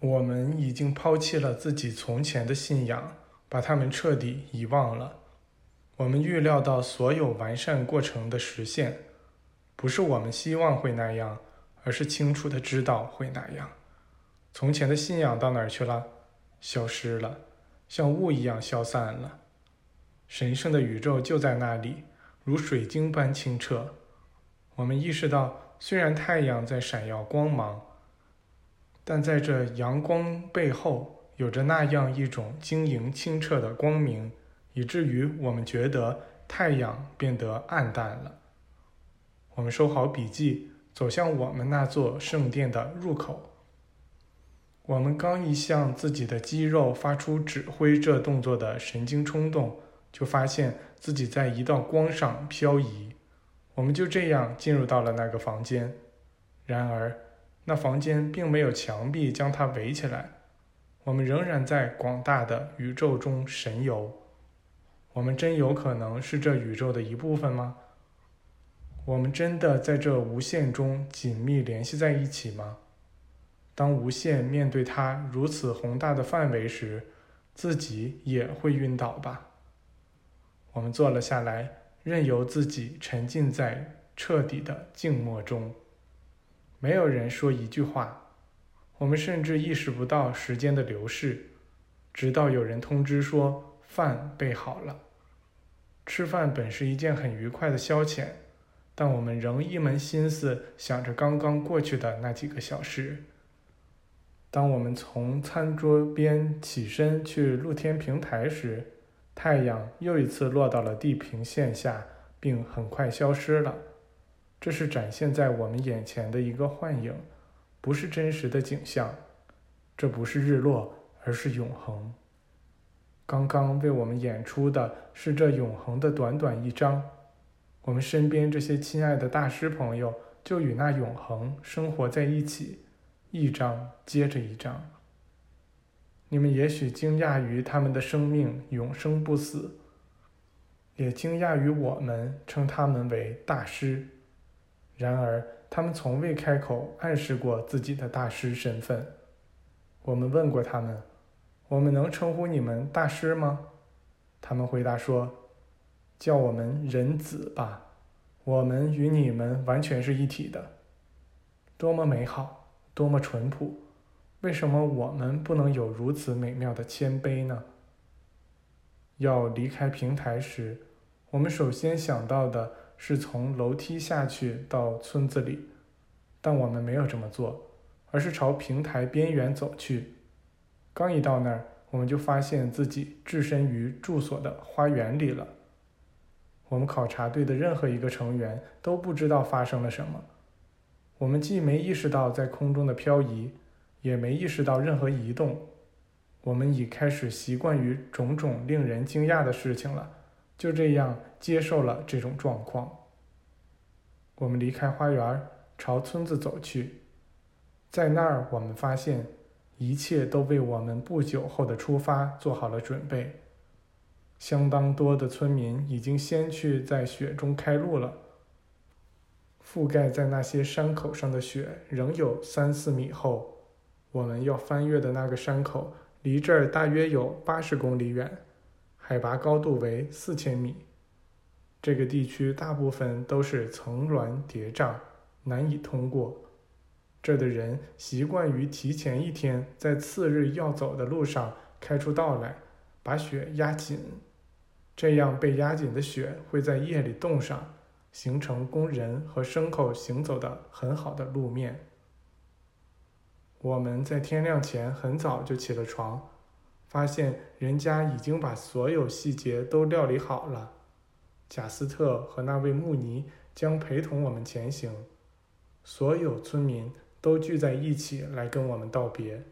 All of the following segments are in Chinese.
我们已经抛弃了自己从前的信仰，把它们彻底遗忘了。我们预料到所有完善过程的实现，不是我们希望会那样，而是清楚地知道会那样。从前的信仰到哪儿去了？消失了，像雾一样消散了。神圣的宇宙就在那里，如水晶般清澈。我们意识到，虽然太阳在闪耀光芒，但在这阳光背后有着那样一种晶莹清澈的光明，以至于我们觉得太阳变得暗淡了。我们收好笔记，走向我们那座圣殿的入口。我们刚一向自己的肌肉发出指挥这动作的神经冲动，就发现自己在一道光上漂移。我们就这样进入到了那个房间。然而那房间并没有墙壁将它围起来，我们仍然在广大的宇宙中神游。我们真有可能是这宇宙的一部分吗？我们真的在这无限中紧密联系在一起吗？当无限面对它如此宏大的范围时，自己也会晕倒吧？我们坐了下来，任由自己沉浸在彻底的静默中。没有人说一句话，我们甚至意识不到时间的流逝，直到有人通知说饭备好了。吃饭本是一件很愉快的消遣，但我们仍一门心思想着刚刚过去的那几个小时。当我们从餐桌边起身去露天平台时，太阳又一次落到了地平线下，并很快消失了。这是展现在我们眼前的一个幻影，不是真实的景象。这不是日落，而是永恒。刚刚为我们演出的是这永恒的短短一章。我们身边这些亲爱的大师朋友就与那永恒生活在一起，一章接着一章。你们也许惊讶于他们的生命永生不死，也惊讶于我们称他们为大师。然而他们从未开口暗示过自己的大师身份。我们问过他们，我们能称呼你们大师吗？他们回答说，叫我们人子吧，我们与你们完全是一体的。多么美好，多么淳朴，为什么我们不能有如此美妙的谦卑呢？要离开平台时，我们首先想到的是从楼梯下去到村子里，但我们没有这么做，而是朝平台边缘走去。刚一到那儿，我们就发现自己置身于住所的花园里了。我们考察队的任何一个成员都不知道发生了什么。我们既没意识到在空中的漂移，也没意识到任何移动。我们已开始习惯于种种令人惊讶的事情了，就这样接受了这种状况。我们离开花园，朝村子走去。在那儿，我们发现一切都为我们不久后的出发做好了准备。相当多的村民已经先去在雪中开路了。覆盖在那些山口上的雪仍有3-4米厚。我们要翻越的那个山口离这儿大约有80公里远，海拔高度为4000米。这个地区大部分都是层峦叠嶂，难以通过。这儿的人习惯于提前一天在次日要走的路上开出道来，把雪压紧。这样被压紧的雪会在夜里冻上，形成供人和牲口行走的很好的路面。我们在天亮前很早就起了床，发现人家已经把所有细节都料理好了。贾斯特和那位穆尼将陪同我们前行，所有村民都聚在一起来跟我们道别。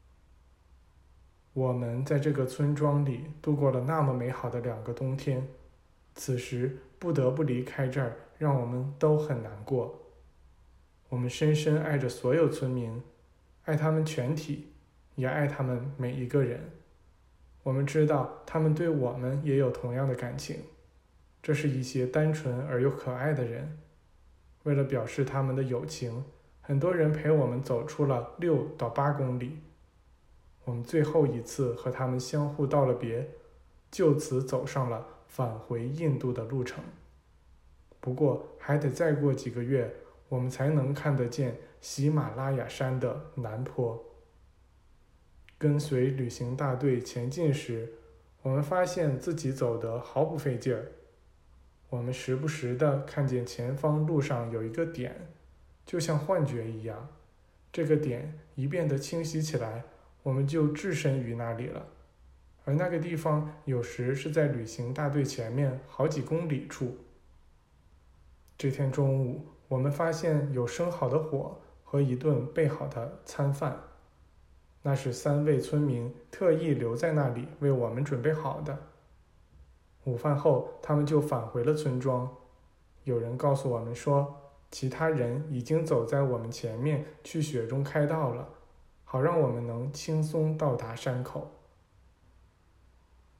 我们在这个村庄里度过了那么美好的2个冬天，此时不得不离开这儿，让我们都很难过。我们深深爱着所有村民，爱他们全体，也爱他们每一个人。我们知道他们对我们也有同样的感情，这是一些单纯而又可爱的人。为了表示他们的友情，很多人陪我们走出了6到8公里。 我们最后一次和他们相互道了别，就此走上了返回印度的路程。不过还得再过几个月，我们才能看得见喜马拉雅山的南坡。跟随旅行大队前进时，我们发现自己走得毫不费劲儿。我们时不时地看见前方路上有一个点，就像幻觉一样。这个点一变得清晰起来，我们就置身于那里了。而那个地方有时是在旅行大队前面好几公里处。这天中午，我们发现有生好的火和一顿备好的餐饭，那是3位村民特意留在那里为我们准备好的。午饭后，他们就返回了村庄。有人告诉我们说，其他人已经走在我们前面去雪中开道了，好让我们能轻松到达山口。